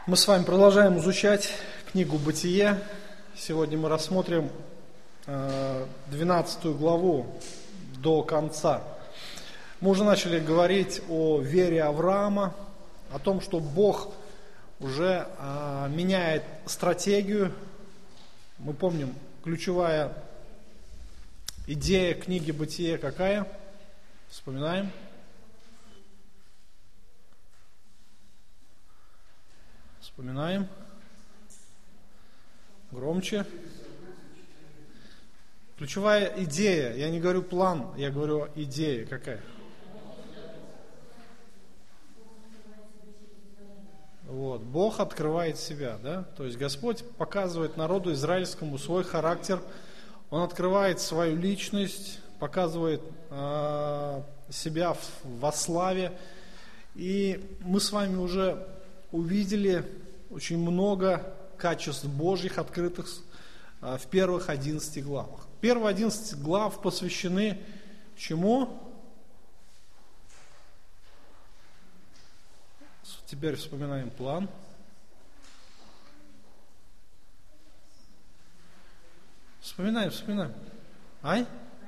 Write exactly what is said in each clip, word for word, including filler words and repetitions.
Мы с вами продолжаем изучать книгу «Бытие». Сегодня мы рассмотрим двенадцатую главу до конца. Мы уже начали говорить о вере Авраама, о том, что Бог уже меняет стратегию. Мы помним, ключевая идея книги «Бытие» какая? Вспоминаем. Вспоминаем. Громче. Ключевая идея, я не говорю план, я говорю идея какая? Вот, Бог открывает себя, да? То есть Господь показывает народу израильскому свой характер, Он открывает свою личность, показывает э, себя в, во славе. И мы с вами уже увидели очень много качеств Божьих, открытых э, в первых одиннадцати главах. Первые одиннадцать глав посвящены чему? Теперь вспоминаем план. Вспоминаем, вспоминаем. Ай?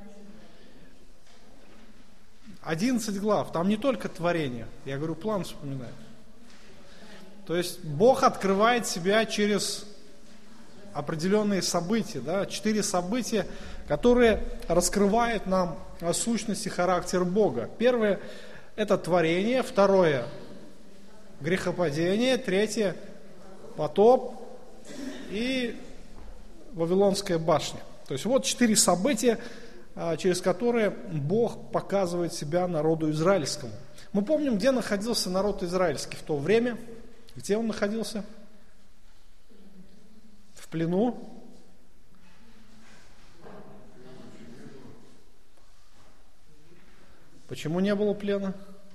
одиннадцать глав. Там не только творение. Я говорю, план вспоминаем. То есть Бог открывает себя через определенные события. Да? Четыре события, которые раскрывают нам сущность и характер Бога. Первое – это творение. Второе – грехопадение. Третье – потоп. И Вавилонская башня. То есть вот четыре события, через которые Бог показывает себя народу израильскому. Мы помним, где находился народ израильский в то время. Где он находился? В плену. Почему не было плена?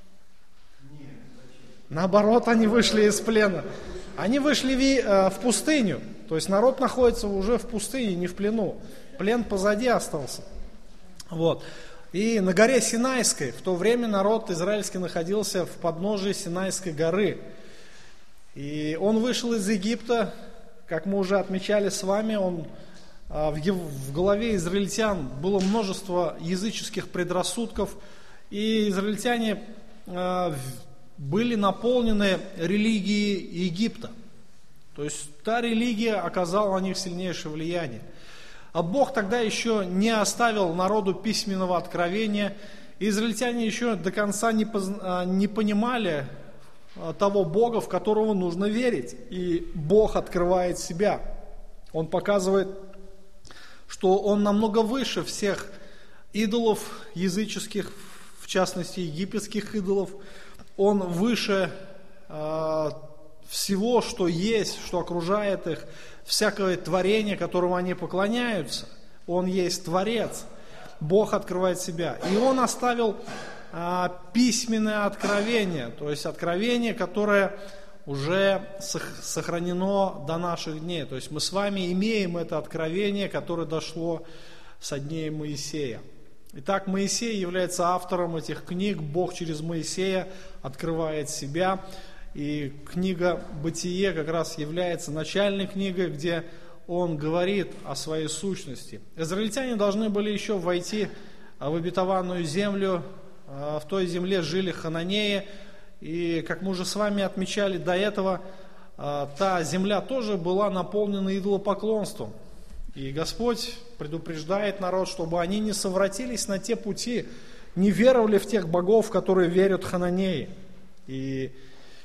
Наоборот, они вышли из плена. Они вышли в пустыню. То есть народ находится уже в пустыне, не в плену. Плен позади остался. Вот. И на горе Синайской в то время народ израильский находился в подножии Синайской горы. И он вышел из Египта, как мы уже отмечали с вами, он, в голове израильтян было множество языческих предрассудков, и израильтяне были наполнены религией Египта. То есть та религия оказала на них сильнейшее влияние. А Бог тогда еще не оставил народу письменного откровения, и израильтяне еще до конца не, поз... не понимали того Бога, в которого нужно верить. И Бог открывает себя. Он показывает, что Он намного выше всех идолов языческих, в частности египетских идолов. Он выше э, всего, что есть, что окружает их, всякое творение, которому они поклоняются. Он есть Творец. Бог открывает себя. И Он оставил а, письменное откровение, то есть откровение, которое уже сохранено до наших дней. То есть мы с вами имеем это откровение, которое дошло со дней Моисея. Итак, Моисей является автором этих книг. Бог через Моисея открывает себя. И книга «Бытие» как раз является начальной книгой, где он говорит о своей сущности. Израильтяне должны были еще войти в обетованную землю. В той земле жили хананеи. И, как мы уже с вами отмечали до этого, та земля тоже была наполнена идолопоклонством. И Господь предупреждает народ, чтобы они не совратились на те пути, не веровали в тех богов, в которые верят хананеи. И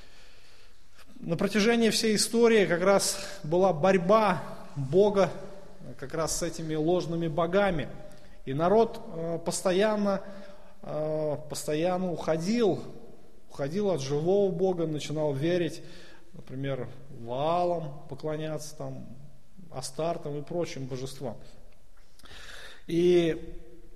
на протяжении всей истории как раз была борьба Бога как раз с этими ложными богами. И народ постоянно, постоянно уходил, уходил от живого Бога, начинал верить, например, Ваалам поклоняться, там, Астартам и прочим божествам. И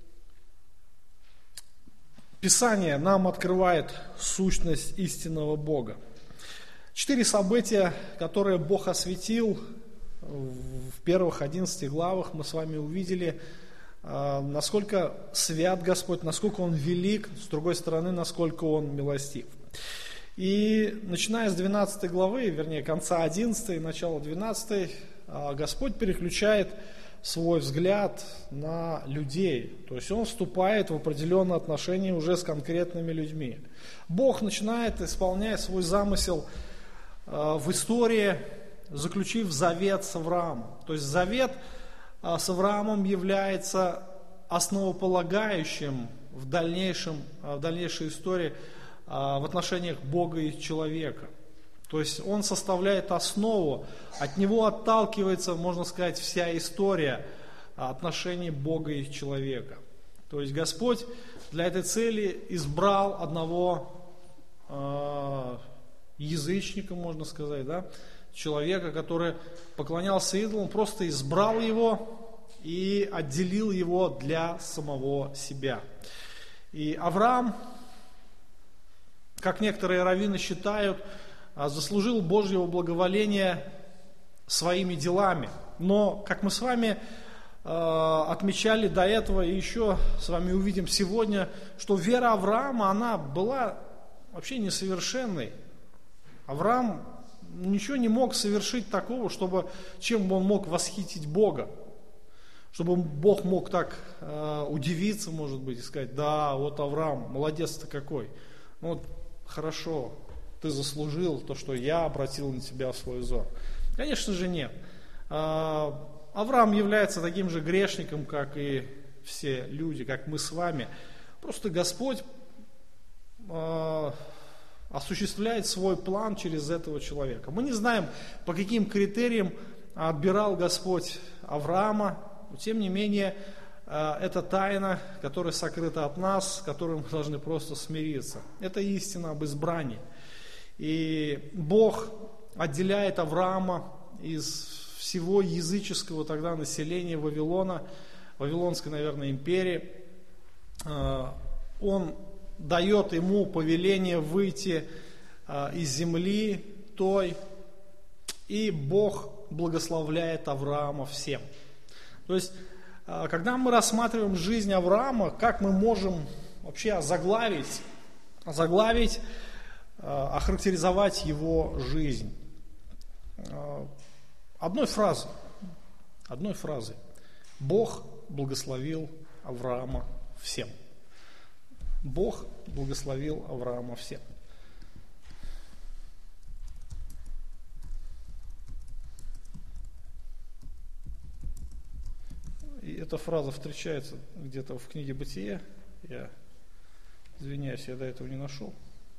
Писание нам открывает сущность истинного Бога. Четыре события, которые Бог осветил в первых одиннадцати главах, мы с вами увидели, насколько свят Господь, насколько Он велик, с другой стороны, насколько Он милостив. И начиная с двенадцатой главы, вернее конца одиннадцатой, начала двенадцатой, Господь переключает свой взгляд на людей. То есть Он вступает в определенные отношения уже с конкретными людьми. Бог начинает исполнять свой замысел в истории, заключив завет с Авраамом. То есть завет с Авраамом является основополагающим в, дальнейшем, в дальнейшей истории в отношениях Бога и человека. То есть он составляет основу, от него отталкивается, можно сказать, вся история отношений Бога и человека. То есть Господь для этой цели избрал одного э, язычника, можно сказать, да, человека, который поклонялся идолам, просто избрал его и отделил его для самого себя. И Авраам, как некоторые раввины считают, заслужил Божьего благоволения своими делами. Но, как мы с вами э, отмечали до этого и еще с вами увидим сегодня, что вера Авраама, она была вообще несовершенной. Авраам ничего не мог совершить такого, чтобы, чем бы он мог восхитить Бога. Чтобы Бог мог так э, удивиться, может быть, и сказать: да, вот Авраам, молодец ты какой. Ну, вот, хорошо, ты заслужил то, что я обратил на тебя свой взор. Конечно же нет. Авраам является таким же грешником, как и все люди, как мы с вами. Просто Господь осуществляет свой план через этого человека. Мы не знаем, по каким критериям отбирал Господь Авраама, но тем не менее это тайна, которая сокрыта от нас, с которой мы должны просто смириться. Это истина об избрании. И Бог отделяет Авраама из всего языческого тогда населения Вавилона, Вавилонской, наверное, империи. Он дает ему повеление выйти из земли той, и Бог благословляет Авраама всем. То есть, когда мы рассматриваем жизнь Авраама, как мы можем вообще озаглавить, озаглавить, охарактеризовать его жизнь? Одной фразой. Одной фразой. Бог благословил Авраама всем. Бог благословил Авраама всем. И эта фраза встречается где-то в книге Бытия. Я извиняюсь, я до этого не нашел.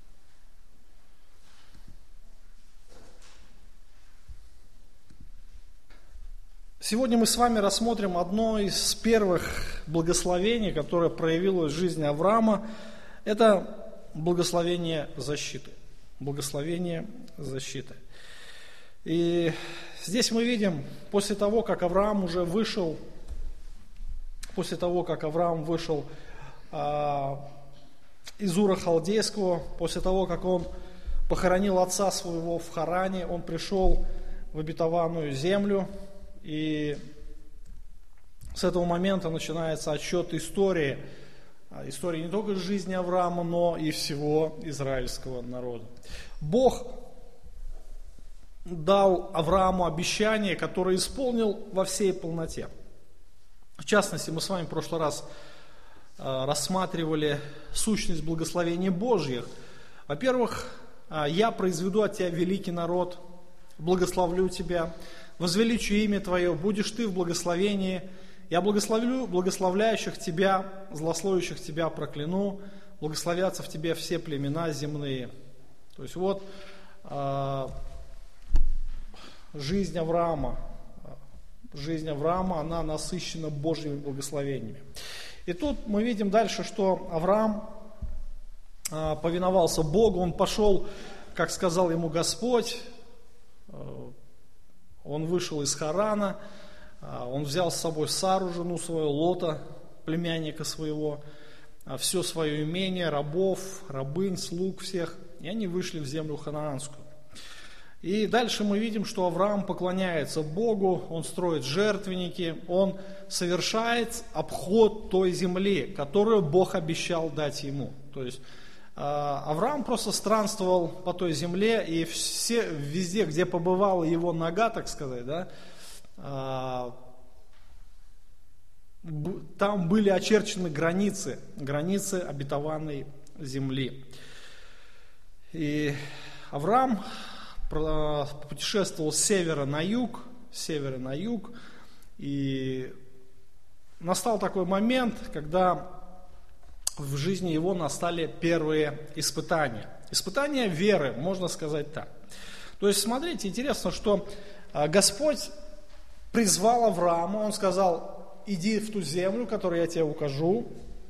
Сегодня мы с вами рассмотрим одно из первых благословений, которое проявилось в жизни Авраама. Это благословение защиты. Благословение защиты. И здесь мы видим, после того, как Авраам уже вышел, после того, как Авраам вышел а, из Ура Халдейского, после того, как он похоронил отца своего в Харане, он пришел в обетованную землю. И с этого момента начинается отсчет истории, истории не только жизни Авраама, но и всего израильского народа. Бог дал Аврааму обещание, которое исполнил во всей полноте. В частности, мы с вами в прошлый раз рассматривали сущность благословения Божьих. Во-первых, я произведу от тебя великий народ, благословлю тебя, возвеличу имя Твое, будешь Ты в благословении, я благословлю благословляющих Тебя, злословящих Тебя прокляну, благословятся в Тебе все племена земные. То есть вот э, жизнь Авраама, жизнь Авраама, она насыщена Божьими благословениями. И тут мы видим дальше, что Авраам э, повиновался Богу, он пошел, как сказал ему Господь, э, он вышел из Харана, он взял с собой Сару, жену свою, Лота, племянника своего, все свое имение, рабов, рабынь, слуг всех, и они вышли в землю ханаанскую. И дальше мы видим, что Авраам поклоняется Богу, он строит жертвенники, он совершает обход той земли, которую Бог обещал дать ему. То есть Авраам просто странствовал по той земле, и все, везде, где побывала его нога, так сказать, да, там были очерчены границы, границы обетованной земли. И Авраам путешествовал с севера на юг, с севера на юг, и настал такой момент, когда в жизни его настали первые испытания. Испытания веры, можно сказать так. То есть, смотрите, интересно, что Господь призвал Авраама, Он сказал: иди в ту землю, которую я тебе укажу.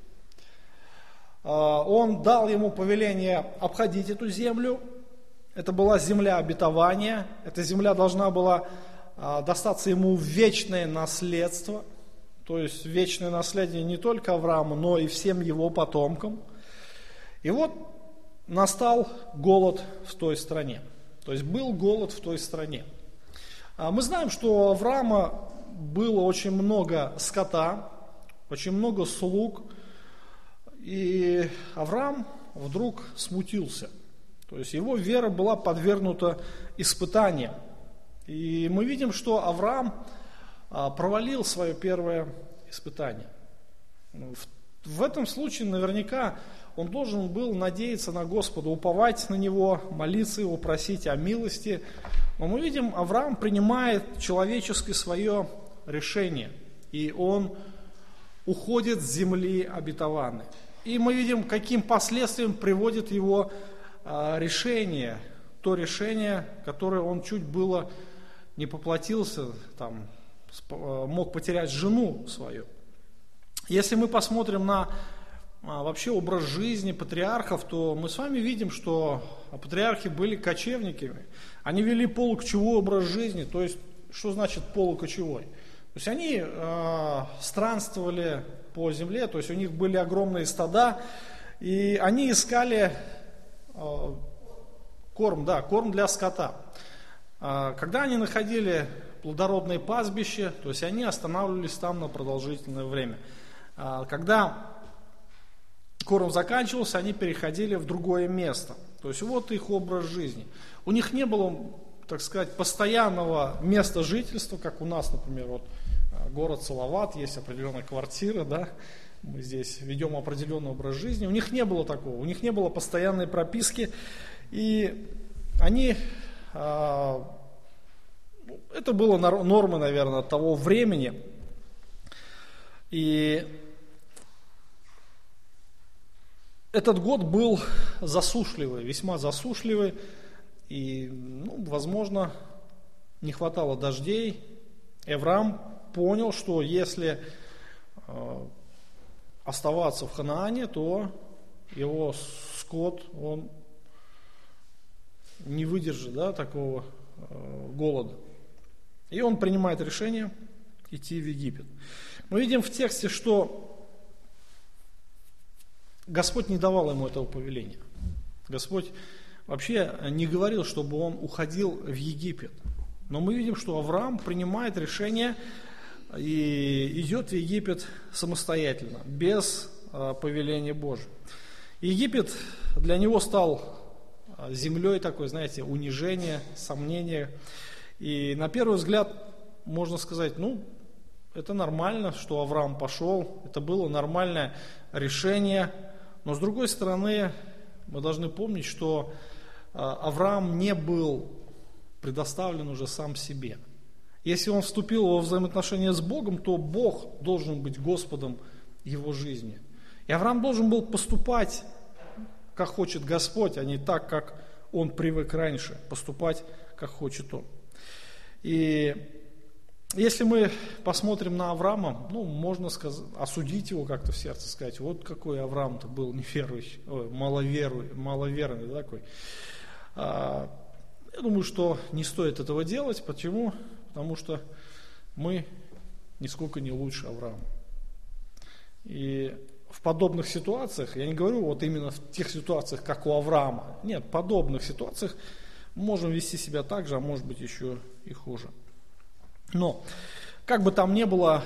Он дал ему повеление обходить эту землю. Это была земля обетования. Эта земля должна была достаться ему в вечное наследство. То есть вечное наследие не только Аврааму, но и всем его потомкам. И вот настал голод в той стране. То есть был голод в той стране. Мы знаем, что у Авраама было очень много скота, очень много слуг. И Авраам вдруг смутился. То есть его вера была подвергнута испытаниям. И мы видим, что Авраам провалил свое первое испытание. В, в этом случае наверняка он должен был надеяться на Господа, уповать на Него, молиться Его, просить о милости. Но мы видим, Авраам принимает человеческое свое решение, и он уходит с земли обетованной. И мы видим, каким последствиям приводит его а, решение, то решение, которое он чуть было не поплатился, там, мог потерять жену свою. Если мы посмотрим на а, вообще образ жизни патриархов, то мы с вами видим, что патриархи были кочевниками. Они вели полукочевой образ жизни. То есть, что значит полукочевой? То есть они э, странствовали по земле, то есть у них были огромные стада, и они искали э, корм, да, корм для скота. Э, когда они находили плодородные пастбища, то есть они останавливались там на продолжительное время. Э, когда корм заканчивался, они переходили в другое место. То есть вот их образ жизни. У них не было, так сказать, постоянного места жительства, как у нас, например, вот город Салават, есть определенная квартира, да, мы здесь ведем определенный образ жизни. У них не было такого, у них не было постоянной прописки, и они, э, это было нормой, наверное, того времени, и этот год был засушливый, весьма засушливый, и, ну, возможно, не хватало дождей. Авраам понял, что если э, оставаться в Ханаане, то его скот, он не выдержит, да, такого э, голода. И он принимает решение идти в Египет. Мы видим в тексте, что Господь не давал ему этого повеления. Господь вообще не говорил, чтобы он уходил в Египет. Но мы видим, что Авраам принимает решение и идет в Египет самостоятельно, без а, повеления Божьего. Египет для него стал землей такой, знаете, унижения, сомнения. И на первый взгляд можно сказать, ну, это нормально, что Авраам пошел, это было нормальное решение. Но с другой стороны, мы должны помнить, что а, Авраам не был предоставлен уже сам себе. Если он вступил во взаимоотношения с Богом, то Бог должен быть Господом его жизни. И Авраам должен был поступать, как хочет Господь, а не так, как он привык раньше, поступать, как хочет он. И если мы посмотрим на Авраама, ну, можно сказать, осудить его как-то в сердце, сказать, вот какой Авраам-то был неверующий, ой, маловерующий, маловерный, да, такой. Я думаю, что не стоит этого делать. Почему? Потому что мы нисколько не лучше Авраама. И в подобных ситуациях, я не говорю вот именно в тех ситуациях, как у Авраама, нет, в подобных ситуациях мы можем вести себя так же, а может быть еще и хуже. Но, как бы там ни было,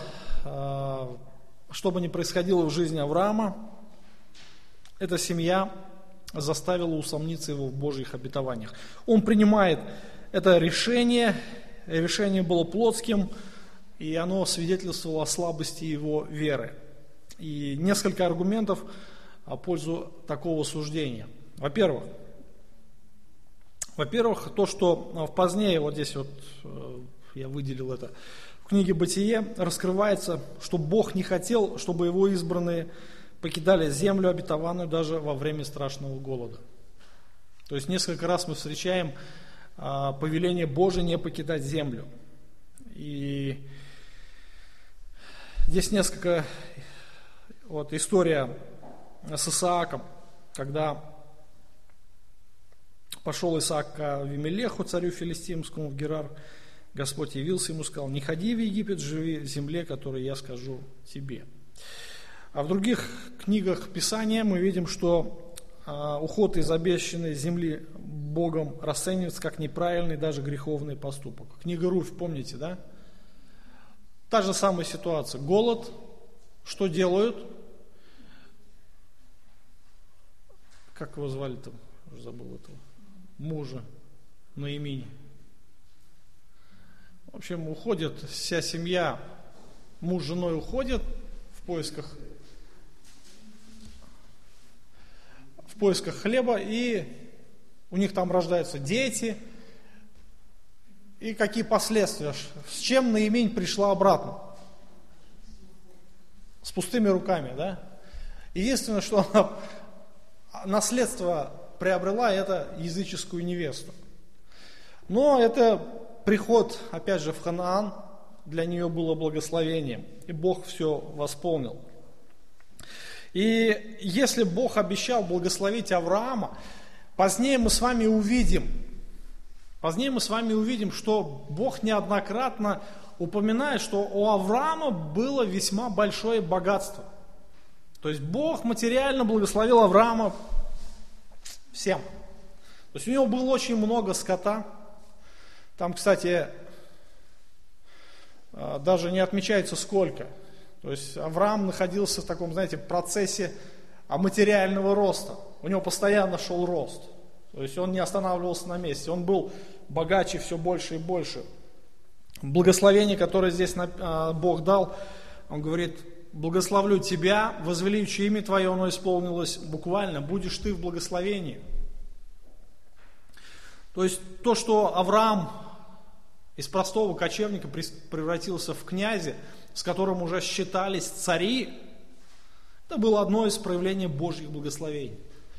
что бы ни происходило в жизни Авраама, эта семья заставило усомниться его в Божьих обетованиях. Он принимает это решение, решение было плотским, и оно свидетельствовало о слабости его веры. И несколько аргументов в пользу такого суждения. Во-первых, во-первых, то, что позднее, вот здесь вот я выделил это, в книге «Бытие» раскрывается, что Бог не хотел, чтобы его избранные покидали землю обетованную даже во время страшного голода. То есть несколько раз мы встречаем а, повеление Божие не покидать землю. И здесь несколько, вот история с Исааком, когда пошел Исаак к Авимелеху, царю филистимскому, в Герар, Господь явился ему и сказал: не ходи в Египет, живи в земле, которую я скажу тебе. А в других книгах Писания мы видим, что а, уход из обещанной земли Богом расценивается как неправильный, даже греховный поступок. Книга Руфь, помните, да? Та же самая ситуация. Голод. Что делают? Как его звали-то? Уже забыл этого. Мужа Ноэмини. В общем, уходит вся семья, муж с женой уходят в поисках, в поисках хлеба, и у них там рождаются дети. И какие последствия? С чем Ноэминь пришла обратно? С пустыми руками, да? Единственное, что она наследство приобрела, это языческую невесту. Но это приход, опять же, в Ханаан для нее было благословением, и Бог все восполнил. И если Бог обещал благословить Авраама, позднее мы с вами увидим, позднее мы с вами увидим, что Бог неоднократно упоминает, что у Авраама было весьма большое богатство. То есть Бог материально благословил Авраама всем. То есть у него было очень много скота. Там, кстати, даже не отмечается сколько. То есть Авраам находился в таком, знаете, процессе материального роста. У него постоянно шел рост. То есть он не останавливался на месте. Он был богаче все больше и больше. Благословение, которое здесь Бог дал, он говорит: благословлю тебя, возвеличу имя твое, оно исполнилось буквально, будешь ты в благословении. То есть то, что Авраам из простого кочевника превратился в князя, с которым уже считались цари, это было одно из проявлений Божьих благословений.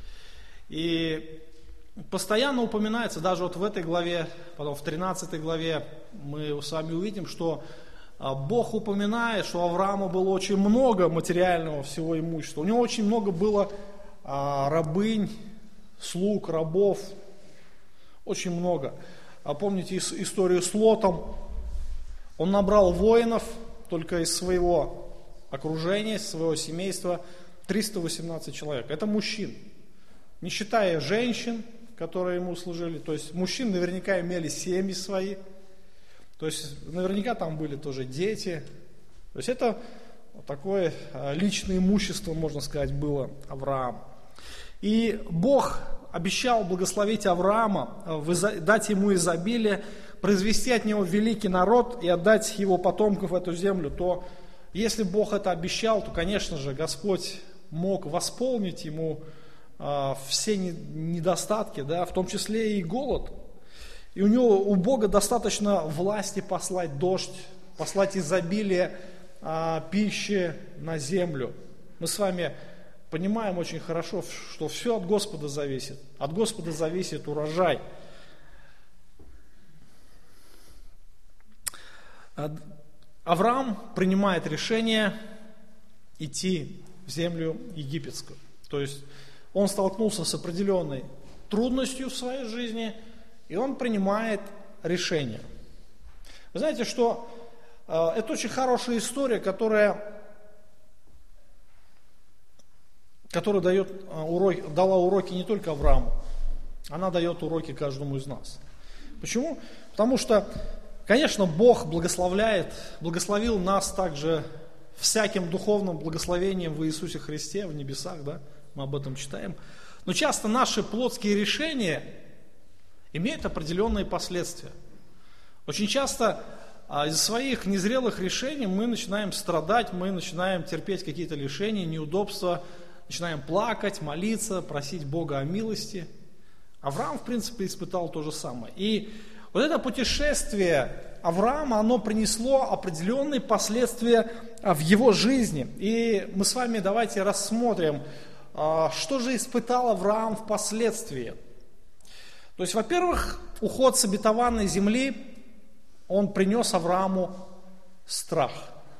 И постоянно упоминается, даже вот в этой главе, потом в тринадцатой главе мы с вами увидим, что Бог упоминает, что у Авраама было очень много материального всего имущества. У него очень много было рабынь, слуг, рабов, очень много. А помните историю с Лотом? Он набрал воинов только из своего окружения, из своего семейства, триста восемнадцать человек. Это мужчин. Не считая женщин, которые ему служили. То есть мужчин наверняка имели семьи свои. То есть наверняка там были тоже дети. То есть это вот такое личное имущество, можно сказать, было Авраама. И Бог обещал благословить Авраама, дать ему изобилие, произвести от него великий народ и отдать его потомков в эту землю, то если Бог это обещал, то, конечно же, Господь мог восполнить ему э, все не, недостатки, да, в том числе и голод. И у него, у Бога достаточно власти послать дождь, послать изобилие э, пищи на землю. Мы с вами понимаем очень хорошо, что все от Господа зависит. От Господа зависит урожай. Авраам принимает решение идти в землю египетскую. То есть он столкнулся с определенной трудностью в своей жизни, и он принимает решение. Вы знаете, что э, это очень хорошая история, которая, которая дает, э, уроки, дала уроки не только Аврааму, она дает уроки каждому из нас. Почему? Потому что, конечно, Бог благословляет, благословил нас также всяким духовным благословением в Иисусе Христе, в небесах, да, мы об этом читаем. Но часто наши плотские решения имеют определенные последствия. Очень часто а, из-за своих незрелых решений мы начинаем страдать, мы начинаем терпеть какие-то лишения, неудобства, начинаем плакать, молиться, просить Бога о милости. Авраам, в принципе, испытал то же самое. И вот это путешествие Авраама, оно принесло определенные последствия в его жизни. И мы с вами давайте рассмотрим, что же испытал Авраам впоследствии. То есть, во-первых, уход с обетованной земли, он принес Аврааму страх.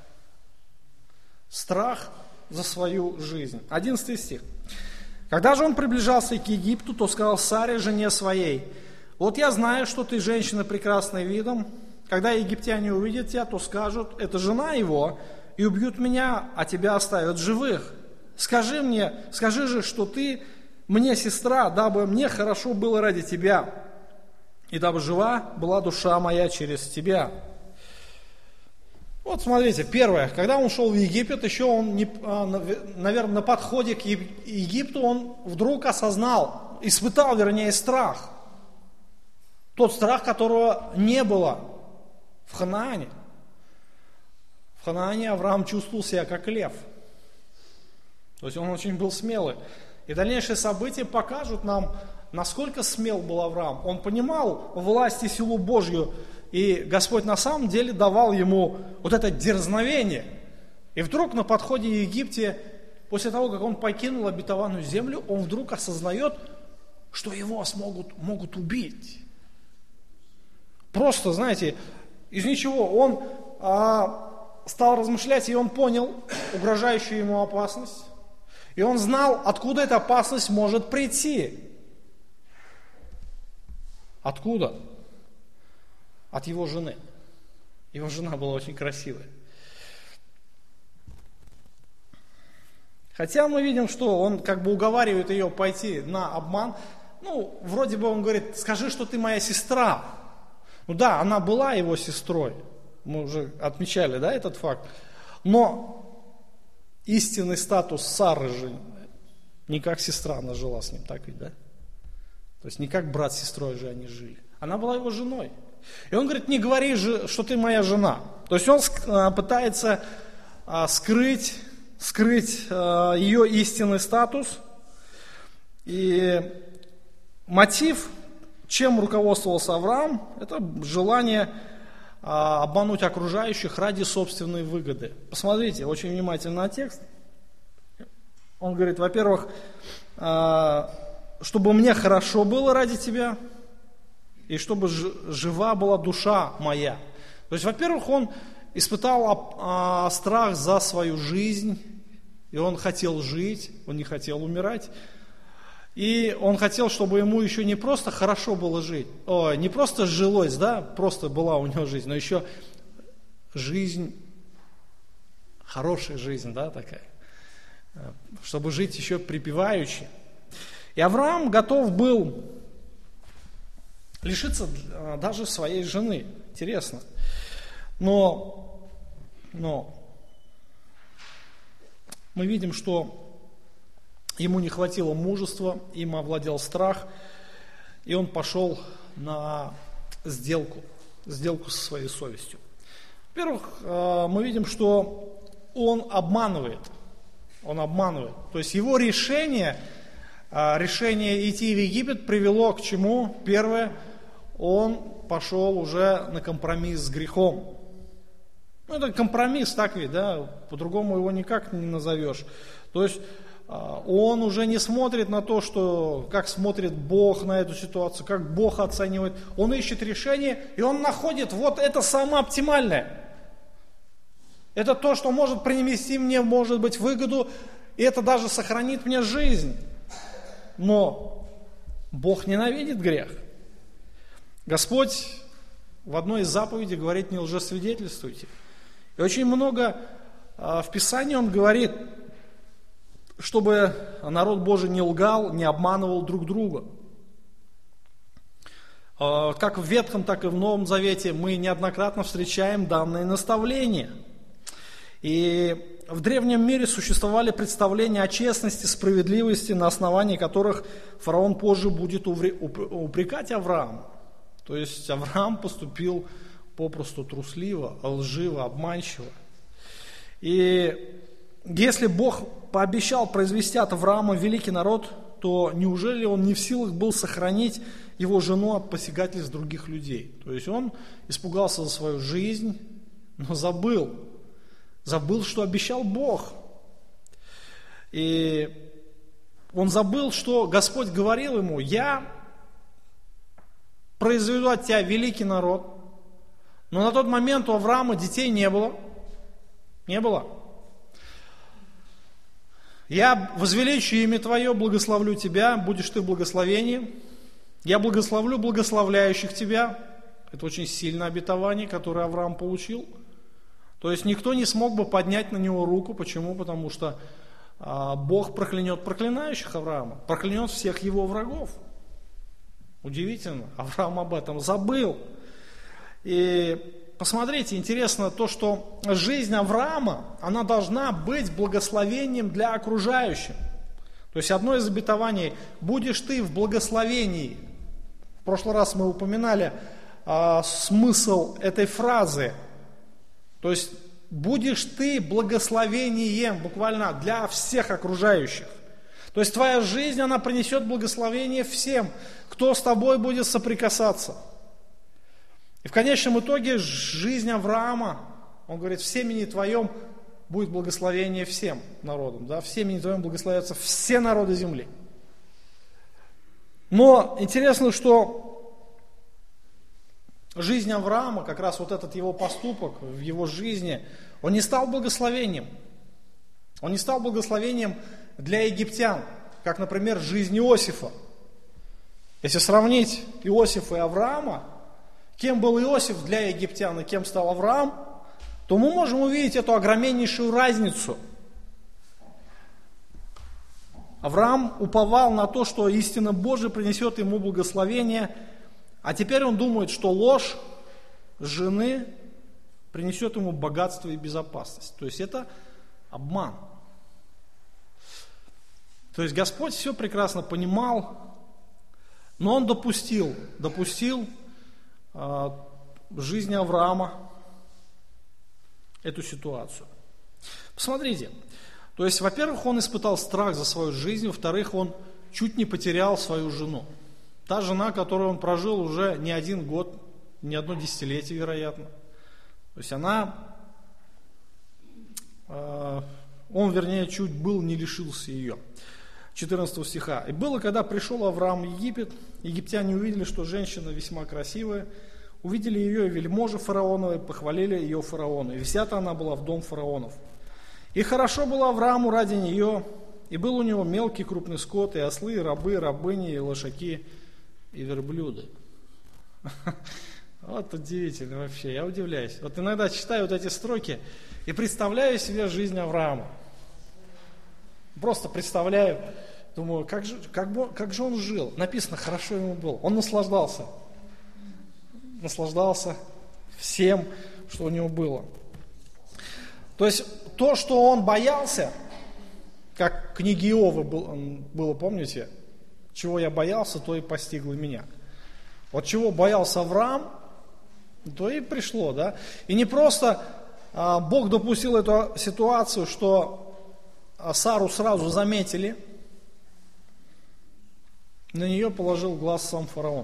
Страх за свою жизнь. одиннадцатый стих. Когда же он приближался к Египту, то сказал Саре, жене своей: вот я знаю, что ты женщина прекрасной видом. Когда египтяне увидят тебя, то скажут: это жена его, и убьют меня, а тебя оставят живых. Скажи мне, скажи же, что ты мне сестра, дабы мне хорошо было ради тебя, и дабы жива была душа моя через тебя. Вот смотрите, первое, когда он шел в Египет, еще он, не, наверное, на подходе к Египту, он вдруг осознал, испытал, вернее, страх. Тот страх, которого не было в Ханаане. В Ханаане Авраам чувствовал себя как лев. То есть он очень был смелый. И дальнейшие события покажут нам, насколько смел был Авраам. Он понимал власть и силу Божью, и Господь на самом деле давал ему вот это дерзновение. И вдруг на подходе в Египте, после того, как он покинул обетованную землю, он вдруг осознает, что его смогут, могут убить. Просто, знаете, из ничего. Он а, стал размышлять, и он понял угрожающую ему опасность. И он знал, откуда эта опасность может прийти. Откуда? От его жены. Его жена была очень красивая. Хотя мы видим, что он как бы уговаривает ее пойти на обман. Ну, вроде бы он говорит: скажи, что ты моя сестра. Ну да, она была его сестрой. Мы уже отмечали, да, этот факт. Но истинный статус Сары же не как сестра она жила с ним, так ведь, да? То есть не как брат с сестрой же они жили. Она была его женой. И он говорит: не говори же, что ты моя жена. То есть он пытается скрыть, скрыть ее истинный статус. И мотив, чем руководствовался Авраам, это желание обмануть окружающих ради собственной выгоды. Посмотрите очень внимательно на текст. Он говорит: во-первых, чтобы мне хорошо было ради тебя, и чтобы жива была душа моя. То есть, во-первых, он испытал а, а, страх за свою жизнь, и он хотел жить, он не хотел умирать. И он хотел, чтобы ему еще не просто хорошо было жить, о, не просто жилось, да, просто была у него жизнь, но еще жизнь, хорошая жизнь, да, такая, чтобы жить еще припеваючи. И Авраам готов был лишиться даже своей жены. Интересно. Но, но мы видим, что ему не хватило мужества, им овладел страх, и он пошел на сделку, сделку со своей совестью. Во-первых, мы видим, что он обманывает, он обманывает. То есть его решение, решение идти в Египет привело к чему? Первое, он пошел уже на компромисс с грехом. Ну, это компромисс, так ведь, да, по-другому его никак не назовешь. То есть он уже не смотрит на то, что, как смотрит Бог на эту ситуацию, как Бог оценивает. Он ищет решение, и он находит вот это самое оптимальное. Это то, что может принести мне, может быть, выгоду, и это даже сохранит мне жизнь. Но Бог ненавидит грех. Господь в одной из заповедей говорит: не лжесвидетельствуйте. И очень много в Писании Он говорит, чтобы народ Божий не лгал, не обманывал друг друга. Как в Ветхом, так и в Новом Завете мы неоднократно встречаем данные наставления. И в древнем мире существовали представления о честности, справедливости, на основании которых фараон позже будет упрекать Авраама. То есть Авраам поступил попросту трусливо, лживо, обманчиво. И если Бог пообещал произвести от Авраама великий народ, то неужели он не в силах был сохранить его жену от посягательств других людей? То есть он испугался за свою жизнь, но забыл. Забыл, что обещал Бог. И он забыл, что Господь говорил ему: я произведу от тебя великий народ. Но на тот момент у Авраама детей не было. Не было. Я возвеличу имя Твое, благословлю тебя, будешь ты в благословении. Я благословлю благословляющих тебя. Это очень сильное обетование, которое Авраам получил. То есть никто не смог бы поднять на него руку. Почему? Потому что а, Бог проклянет проклинающих Авраама, проклянет всех его врагов. Удивительно, Авраам об этом забыл. И посмотрите, интересно то, что жизнь Авраама, она должна быть благословением для окружающих. То есть одно из обетований: будешь ты в благословении. В прошлый раз мы упоминали а, смысл этой фразы. То есть будешь ты благословением, буквально для всех окружающих. То есть твоя жизнь, она принесет благословение всем, кто с тобой будет соприкасаться. И в конечном итоге жизнь Авраама, он говорит: в семени твоем будет благословение всем народам. Да? В семени твоем благословятся все народы земли. Но интересно, что жизнь Авраама, как раз вот этот его поступок в его жизни, он не стал благословением. Он не стал благословением для египтян, как, например, жизнь Иосифа. Если сравнить Иосифа и Авраама, кем был Иосиф для египтян и кем стал Авраам, то мы можем увидеть эту огромнейшую разницу. Авраам уповал на то, что истина Божия принесет ему благословение, а теперь он думает, что ложь жены принесет ему богатство и безопасность. То есть это обман. То есть Господь все прекрасно понимал, но Он допустил, допустил э, в жизни Авраама эту ситуацию. Посмотрите, то есть, во-первых, он испытал страх за свою жизнь, во-вторых, он чуть не потерял свою жену. Та жена, которую он прожил уже не один год, не одно десятилетие, вероятно. То есть она, э, он, вернее, чуть был не лишился ее. четырнадцатого стиха. «И было, когда пришел Авраам в Египет, египтяне увидели, что женщина весьма красивая, увидели ее и вельможи фараоновы, похвалили ее фараону, и взята она была в дом фараонов. И хорошо было Аврааму ради нее, и был у него мелкий крупный скот, и ослы, и рабы, и рабыни, и лошаки, и верблюды». Вот удивительно вообще, я удивляюсь. Вот иногда читаю вот эти строки и представляю себе жизнь Авраама. Просто представляю, думаю, как же, как, бы, как же он жил. Написано, хорошо ему было. Он наслаждался. Наслаждался всем, что у него было. То есть то, что он боялся, как в книге Иова было, помните? Чего я боялся, то и постигло меня. Вот чего боялся Авраам, то и пришло, да. И не просто а, Бог допустил эту ситуацию, что Сару сразу заметили, на нее положил глаз сам фараон.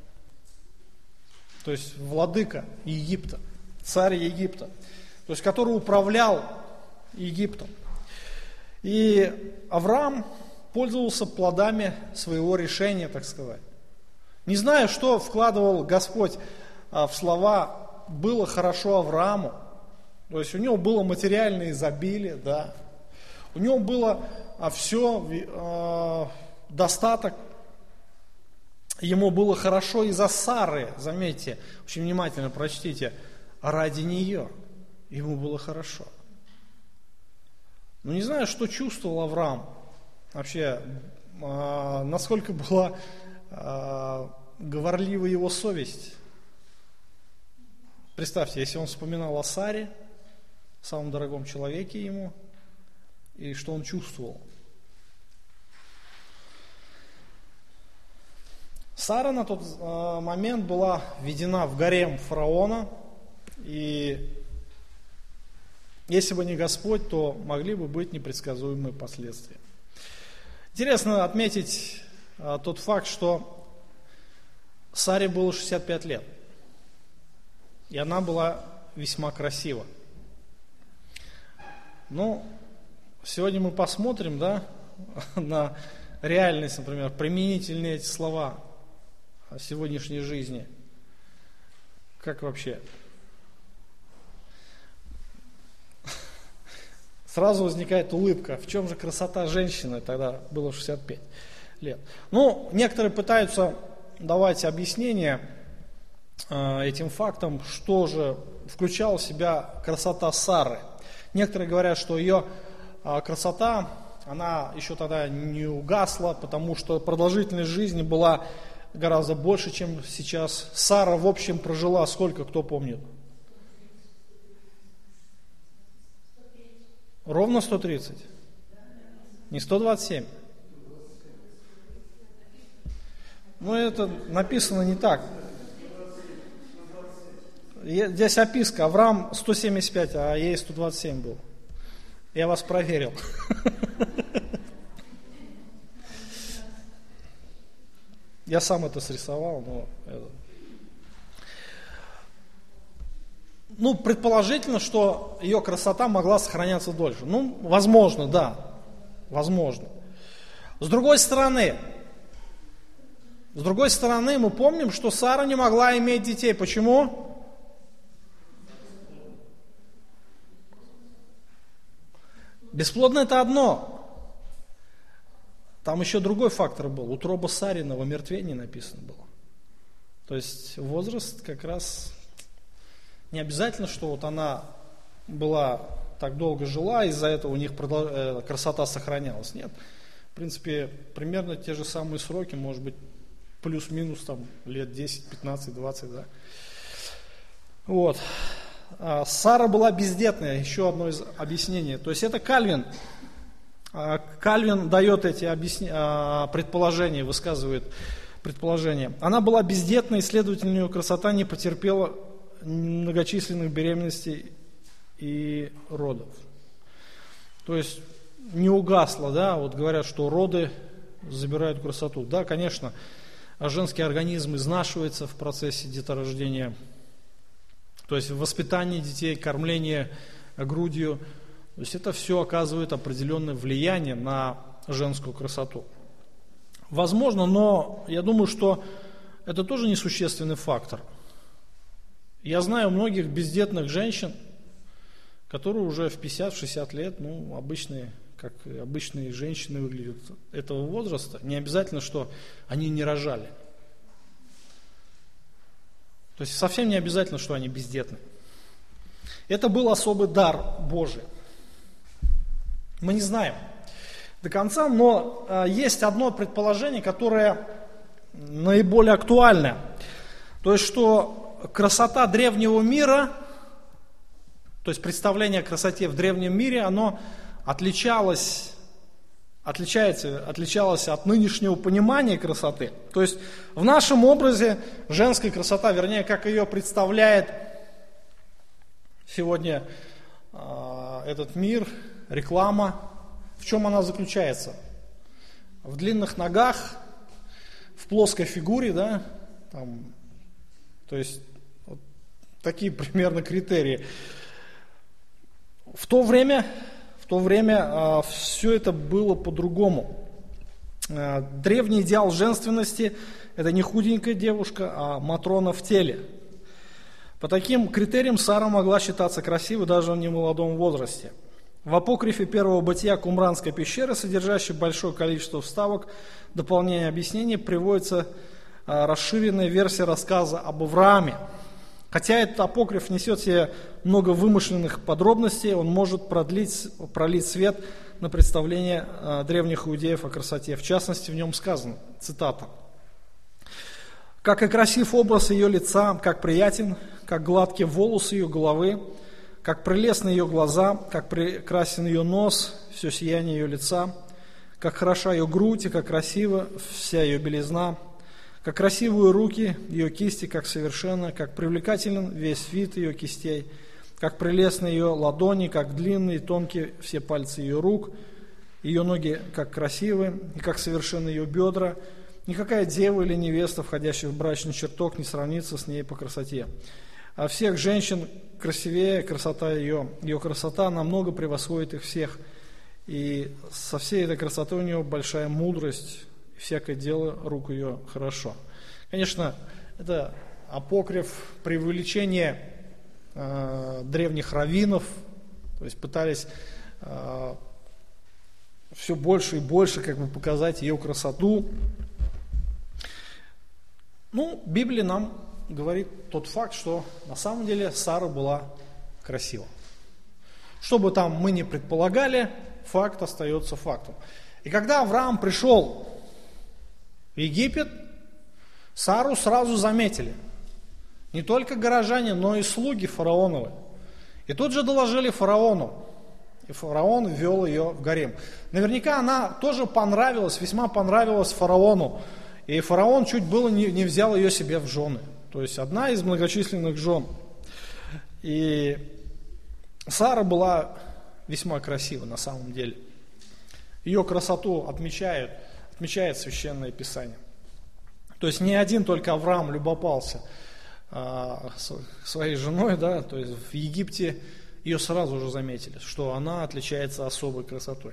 То есть владыка Египта, царь Египта, то есть который управлял Египтом. И Авраам пользовался плодами своего решения, так сказать. Не знаю, что вкладывал Господь в слова «было хорошо Аврааму». То есть у него было материальное изобилие, да. У него было все, э, достаток. Ему было хорошо из-за Сары, заметьте, очень внимательно прочтите, ради нее ему было хорошо. Но не знаю, что чувствовал Авраам, вообще, э, насколько была э, говорлива его совесть. Представьте, если он вспоминал о Саре, самом дорогом человеке ему, и что он чувствовал. Сара на тот э, момент была введена в гарем фараона, и если бы не Господь, то могли бы быть непредсказуемые последствия. Интересно отметить э, тот факт, что Саре было шестьдесят пять лет, и она была весьма красива. Ну, сегодня мы посмотрим, да, на реальность, например, применительные эти слова о сегодняшней жизни. Как вообще? Сразу возникает улыбка. В чем же красота женщины? Тогда было шестьдесят пять лет. Ну, некоторые пытаются давать объяснение э, этим фактам, что же включала в себя красота Сары. Некоторые говорят, что ее э, красота, она еще тогда не угасла, потому что продолжительность жизни была гораздо больше, чем сейчас. Сара, в общем, прожила сколько, кто помнит? Ровно сто тридцать? Не сто двадцать семь? Ну, это написано не так. Здесь описка. Авраам сто семьдесят пять, а ей сто двадцать семь был. Я вас проверил. Я сам это срисовал, но... Это... Ну, предположительно, что ее красота могла сохраняться дольше. Ну, возможно, да. Возможно. С другой стороны, с другой стороны, мы помним, что Сара не могла иметь детей. Почему? Бесплодно это одно. Там еще другой фактор был. Утроба Сарина в омертвении написано было. То есть возраст как раз не обязательно, что вот она была так долго жила, из-за этого у них продолж... красота сохранялась. Нет. В принципе, примерно те же самые сроки, может быть, плюс-минус там лет десять, пятнадцать, двадцать, да. Вот. А Сара была бездетная, еще одно из объяснений. То есть это Кальвин. Кальвин дает эти объясни... предположения, высказывает предположения. Она была бездетной, следовательно, ее красота не потерпела многочисленных беременностей и родов. То есть не угасла, да, вот говорят, что роды забирают красоту. Да, конечно, женский организм изнашивается в процессе деторождения, то есть воспитание детей, кормление грудью. То есть это все оказывает определенное влияние на женскую красоту. Возможно, но я думаю, что это тоже несущественный фактор. Я знаю многих бездетных женщин, которые уже в пятьдесят-шестьдесят лет, ну, обычные, как обычные женщины выглядят этого возраста. Не обязательно, что они не рожали. То есть совсем не обязательно, что они бездетны. Это был особый дар Божий. Мы не знаем до конца, но э, есть одно предположение, которое наиболее актуальное. То есть, что красота древнего мира, то есть представление о красоте в древнем мире, оно отличалось, отличается, отличалось от нынешнего понимания красоты. То есть в нашем образе женская красота, вернее, как ее представляет сегодня э, этот мир, реклама, в чем она заключается? В длинных ногах, в плоской фигуре, да, там, то есть вот такие примерно критерии. В то время, в то время э, все это было по-другому. Э, древний идеал женственности – это не худенькая девушка, а матрона в теле. По таким критериям Сара могла считаться красивой даже в немолодом возрасте. В апокрифе первого бытия Кумранской пещеры, содержащей большое количество вставок, дополнения объяснений, приводится э, расширенная версия рассказа об Аврааме. Хотя этот апокриф несет в себе много вымышленных подробностей, он может продлить, пролить свет на представление э, древних иудеев о красоте. В частности, в нем сказано, цитата: «Как и красив образ ее лица, как приятен, как гладкие волосы ее головы, Как прелестны ее глаза, как прекрасен ее нос, все сияние ее лица, как хороша ее грудь и как красива вся ее белизна, как красивые руки ее кисти, как совершенно, как привлекателен весь вид ее кистей, как прелестны ее ладони, как длинные и тонкие все пальцы ее рук, ее ноги как красивы, и как совершенны ее бедра. Никакая дева или невеста, входящая в брачный чертог, не сравнится с ней по красоте. А всех женщин красивее красота ее, ее красота намного превосходит их всех. И со всей этой красотой у нее большая мудрость, и всякое дело рук ее хорошо. Конечно, это апокриф, преувеличение э, древних раввинов, то есть пытались э, все больше и больше как бы показать ее красоту. Ну, Библия нам говорит тот факт, что на самом деле Сара была красива. Что бы там мы ни предполагали, факт остается фактом. И когда Авраам пришел в Египет, Сару сразу заметили. Не только горожане, но и слуги фараоновы. И тут же доложили фараону. И фараон ввел ее в гарем. Наверняка она тоже понравилась, весьма понравилась фараону. И фараон чуть было не, не взял ее себе в жены. То есть одна из многочисленных жен. И Сара была весьма красива на самом деле. Ее красоту отмечают, отмечает Священное Писание. То есть не один только Авраам любовался а, своей женой, да, то есть в Египте ее сразу же заметили, что она отличается особой красотой.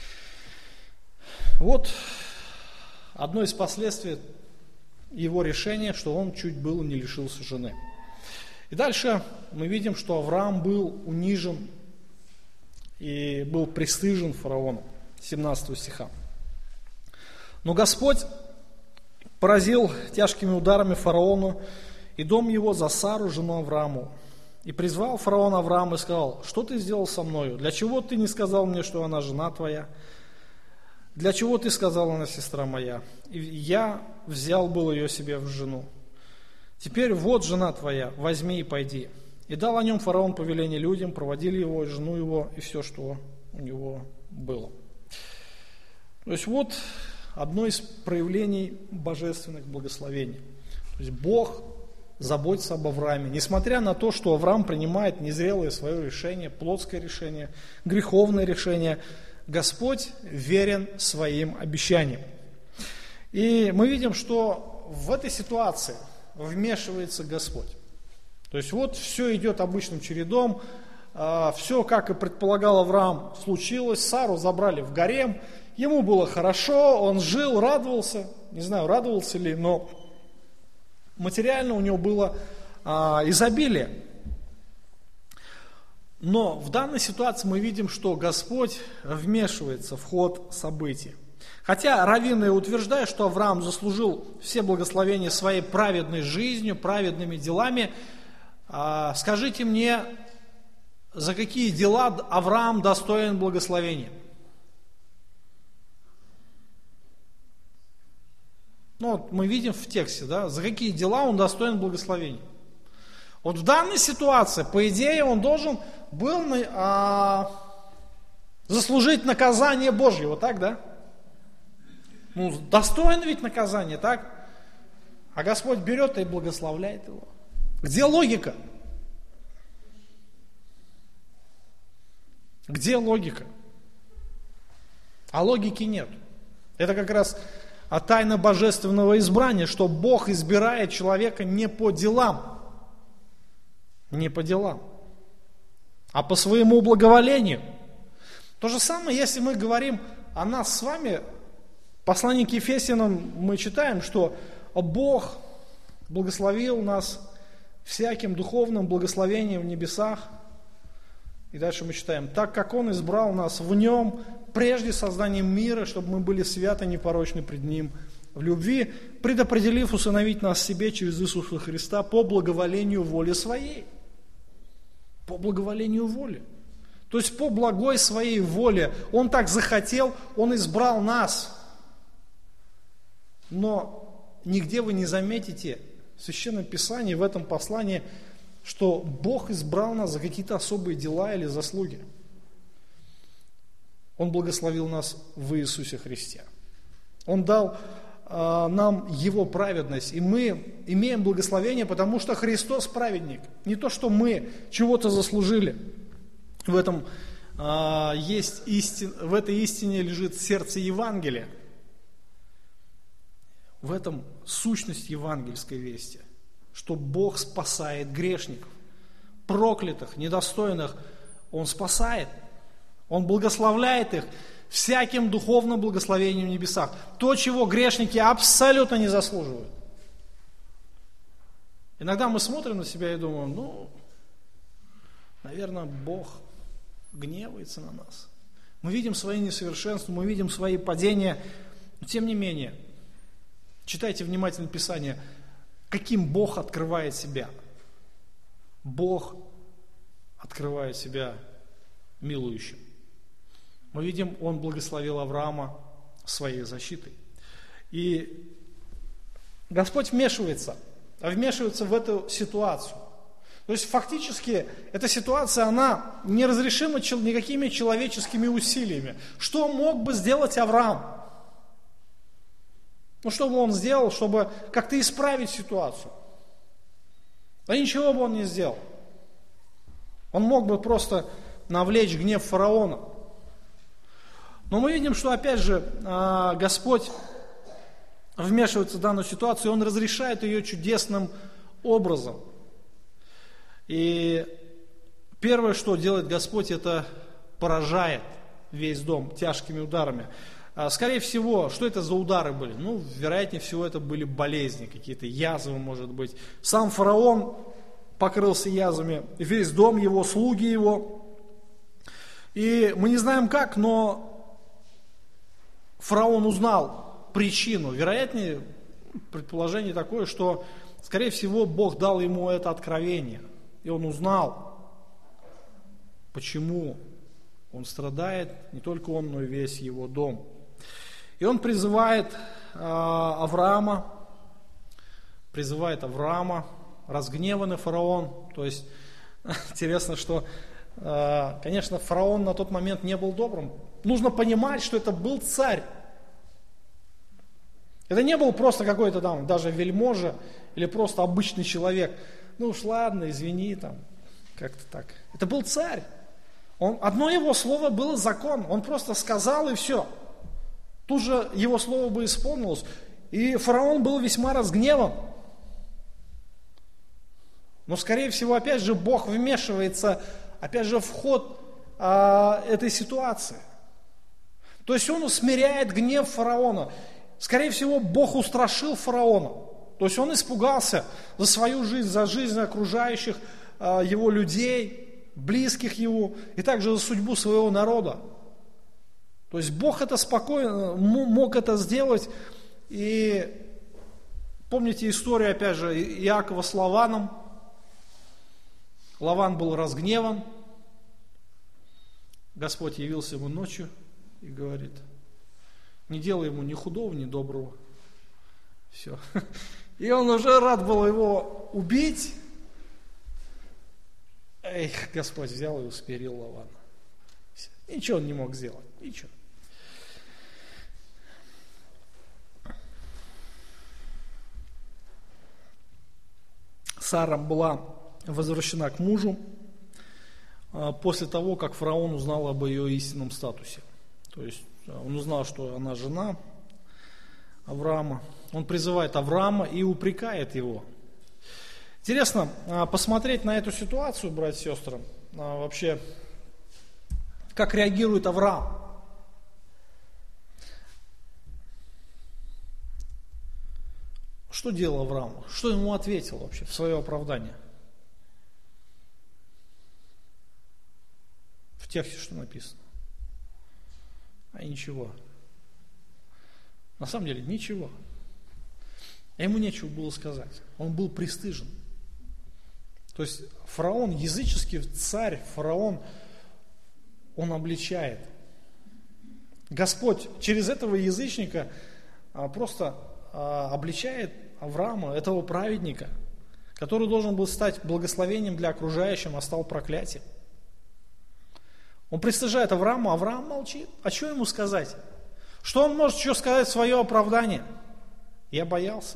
Вот одно из последствий его решения, что он чуть было не лишился жены. И дальше мы видим, что Авраам был унижен и был пристыжен фараоном. семнадцатого стиха. Но Господь поразил тяжкими ударами фараону и дом его за Сару, жену Аврааму. И призвал фараон Авраама и сказал: что ты сделал со мною? Для чего ты не сказал мне, что она жена твоя? Для чего ты сказал, она сестра моя? И я взял был ее себе в жену. Теперь вот жена твоя, возьми и пойди. И дал о нем фараон повеление людям, проводили его, жену его и все, что у него было. То есть вот одно из проявлений божественных благословений. То есть Бог заботится об Аврааме. Несмотря на то, что Авраам принимает незрелое свое решение, плотское решение, греховное решение, Господь верен своим обещаниям. И мы видим, что в этой ситуации вмешивается Господь. То есть вот все идет обычным чередом, все, как и предполагал Авраам, случилось, Сару забрали в гарем, ему было хорошо, он жил, радовался, не знаю, радовался ли, но материально у него было а, изобилие. Но в данной ситуации мы видим, что Господь вмешивается в ход событий. Хотя раввины утверждают, что Авраам заслужил все благословения своей праведной жизнью, праведными делами, а, скажите мне, за какие дела Авраам достоин благословения? Ну, вот мы видим в тексте, да, за какие дела он достоин благословения. Вот в данной ситуации, по идее, он должен был а, заслужить наказание Божье, вот так, да? Ну, достоин ведь наказания, так? А Господь берет и благословляет его. Где логика? Где логика? А логики нет. Это как раз тайна божественного избрания, что Бог избирает человека не по делам, не по делам, а по своему благоволению. То же самое, если мы говорим о нас с вами, в послании к Ефесянам мы читаем, что Бог благословил нас всяким духовным благословением в небесах. И дальше мы читаем: так как Он избрал нас в Нем прежде создания мира, чтобы мы были святы, непорочны пред Ним в любви, предопределив усыновить нас себе через Иисуса Христа по благоволению воли Своей. По благоволению воли. То есть по благой Своей воле. Он так захотел, Он избрал нас. Но нигде вы не заметите в Священном Писании, в этом послании, что Бог избрал нас за какие-то особые дела или заслуги. Он благословил нас в Иисусе Христе. Он дал э, нам Его праведность, и мы имеем благословение, потому что Христос праведник. Не то, что мы чего-то заслужили. В этом, э, есть истин, в этой истине лежит сердце Евангелия. В этом сущность евангельской вести, что Бог спасает грешников, проклятых, недостойных. Он спасает, Он благословляет их всяким духовным благословением в небесах. То, чего грешники абсолютно не заслуживают. Иногда мы смотрим на себя и думаем, ну, наверное, Бог гневается на нас. Мы видим свои несовершенства, мы видим свои падения, но тем не менее, читайте внимательно Писание, каким Бог открывает себя. Бог открывает себя милующим. Мы видим, Он благословил Авраама своей защитой. И Господь вмешивается, вмешивается в эту ситуацию. То есть фактически эта ситуация, она неразрешима никакими человеческими усилиями. Что мог бы сделать Авраам? Ну, что бы он сделал, чтобы как-то исправить ситуацию? Да ничего бы он не сделал. Он мог бы просто навлечь гнев фараона. Но мы видим, что опять же Господь вмешивается в данную ситуацию, и Он разрешает ее чудесным образом. И первое, что делает Господь, это поражает весь дом тяжкими ударами. Скорее всего, что это за удары были? Ну, вероятнее всего, это были болезни, какие-то язвы, может быть. Сам фараон покрылся язвами, весь дом его, слуги его. И мы не знаем как, но фараон узнал причину. Вероятнее, предположение такое, что, скорее всего, Бог дал ему это откровение. И он узнал, почему он страдает, не только он, но и весь его дом. И он призывает э, Авраама, призывает Авраама, разгневанный фараон. То есть, интересно, что, э, конечно, фараон на тот момент не был добрым. Нужно понимать, что это был царь. Это не был просто какой-то там, даже вельможа или просто обычный человек. Ну уж ладно, извини, там, как-то так. Это был царь. Он, одно его слово было закон. Он просто сказал и все. Тут же его слово бы исполнилось. И фараон был весьма разгневан. Но, скорее всего, опять же, Бог вмешивается, опять же, в ход а, этой ситуации. То есть он усмиряет гнев фараона. Скорее всего, Бог устрашил фараона. То есть он испугался за свою жизнь, за жизнь окружающих а, его людей, близких его, и также за судьбу своего народа. То есть Бог это спокойно мог это сделать. И помните историю, опять же, Иакова с Лаваном. Лаван был разгневан. Господь явился ему ночью и говорит: не делай ему ни худого, ни доброго. Все. И он уже рад был его убить. Эх, Господь взял и усмирил Лавана. Ничего он не мог сделать. Ничего. Сара была возвращена к мужу после того, как фараон узнал об ее истинном статусе. То есть он узнал, что она жена Авраама. Он призывает Авраама и упрекает его. Интересно посмотреть на эту ситуацию, братья и сестры, вообще, как реагирует Авраам. Что делал Авраам? Что ему ответил вообще в свое оправдание? В тексте что написано? А ничего. На самом деле ничего. Ему нечего было сказать. Он был пристыжен. То есть фараон, языческий царь, фараон, он обличает. Господь через этого язычника просто обличает Авраама, этого праведника, который должен был стать благословением для окружающих, а стал проклятием. Он пристыжает Авраама, Авраам молчит. А что ему сказать? Что он может еще сказать в свое оправдание? Я боялся.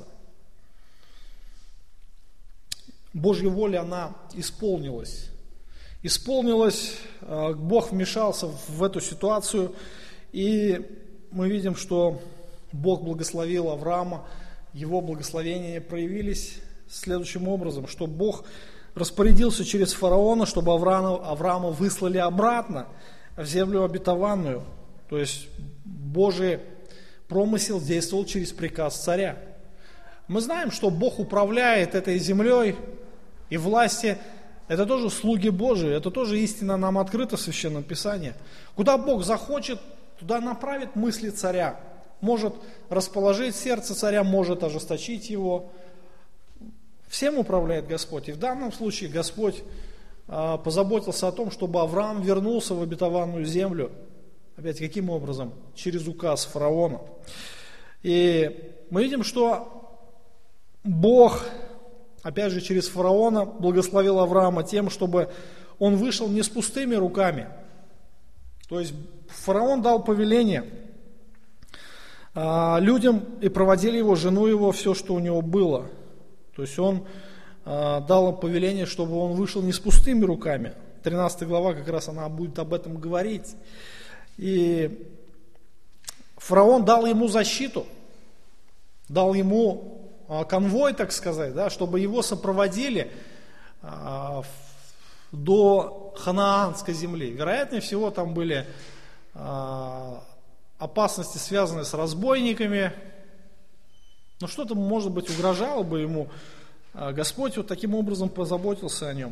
Божья воля, она исполнилась. Исполнилась, Бог вмешался в эту ситуацию, и мы видим, что Бог благословил Авраама, его благословения проявились следующим образом, что Бог распорядился через фараона, чтобы Авраама, Авраама выслали обратно в землю обетованную. То есть Божий промысел действовал через приказ царя. Мы знаем, что Бог управляет этой землей, и власти – это тоже слуги Божии, это тоже истина нам открыта в Священном Писании. Куда Бог захочет, туда направит мысли царя. Может расположить сердце царя, может ожесточить его. Всем управляет Господь. И в данном случае Господь а, позаботился о том, чтобы Авраам вернулся в обетованную землю. Опять, каким образом? Через указ фараона. И мы видим, что Бог, опять же, через фараона благословил Авраама тем, чтобы он вышел не с пустыми руками. То есть фараон дал повеление а, людям, и проводили его, жену его, все, что у него было. То есть он а, дал повеление, чтобы он вышел не с пустыми руками. тринадцатая глава как раз она будет об этом говорить. И фараон дал ему защиту, дал ему а, конвой, так сказать, да, чтобы его сопроводили а, в, до ханаанской земли. Вероятнее всего там были а, опасности, связанные с разбойниками. Но что-то, может быть, угрожало бы ему. А Господь вот таким образом позаботился о нем.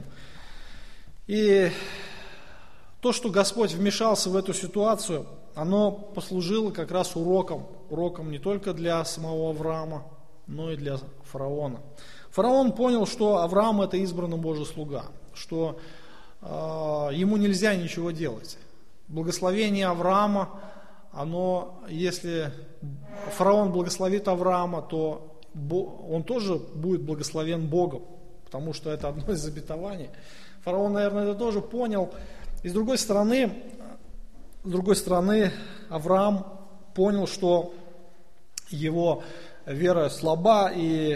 И то, что Господь вмешался в эту ситуацию, оно послужило как раз уроком. Уроком не только для самого Авраама, но и для фараона. Фараон понял, что Авраам – это избранный Божий слуга, что э, ему нельзя ничего делать. Благословение Авраама, оно, если фараон благословит Авраама, то он тоже будет благословен Богом, потому что это одно из обетований. Фараон, наверное, это тоже понял. И с другой стороны, с другой стороны, Авраам понял, что его вера слаба, и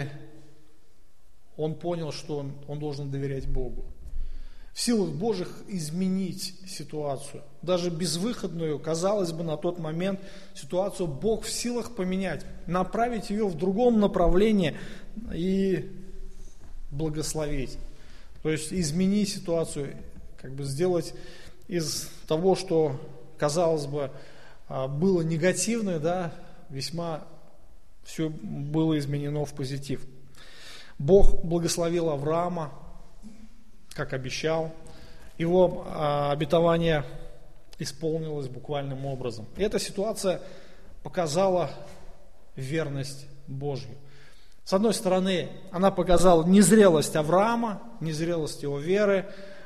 он понял, что он, он должен доверять Богу. В силах Божьих изменить ситуацию, даже безвыходную, казалось бы, на тот момент ситуацию Бог в силах поменять, направить ее в другом направлении и благословить. То есть изменить ситуацию, как бы сделать из того, что, казалось бы, было негативное, да, весьма все было изменено в позитив. Бог благословил Авраама, как обещал. Его обетование исполнилось буквальным образом. И эта ситуация показала верность Божью. С одной стороны, она показала незрелость Авраама, незрелость его веры,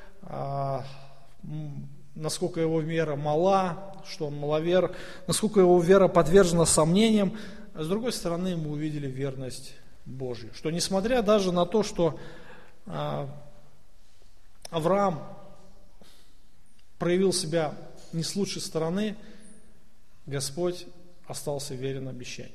насколько его вера мала, что он маловер, насколько его вера подвержена сомнениям. А с другой стороны, мы увидели верность Божью, что несмотря даже на то, что Авраам проявил себя не с лучшей стороны, Господь остался верен обещаниям.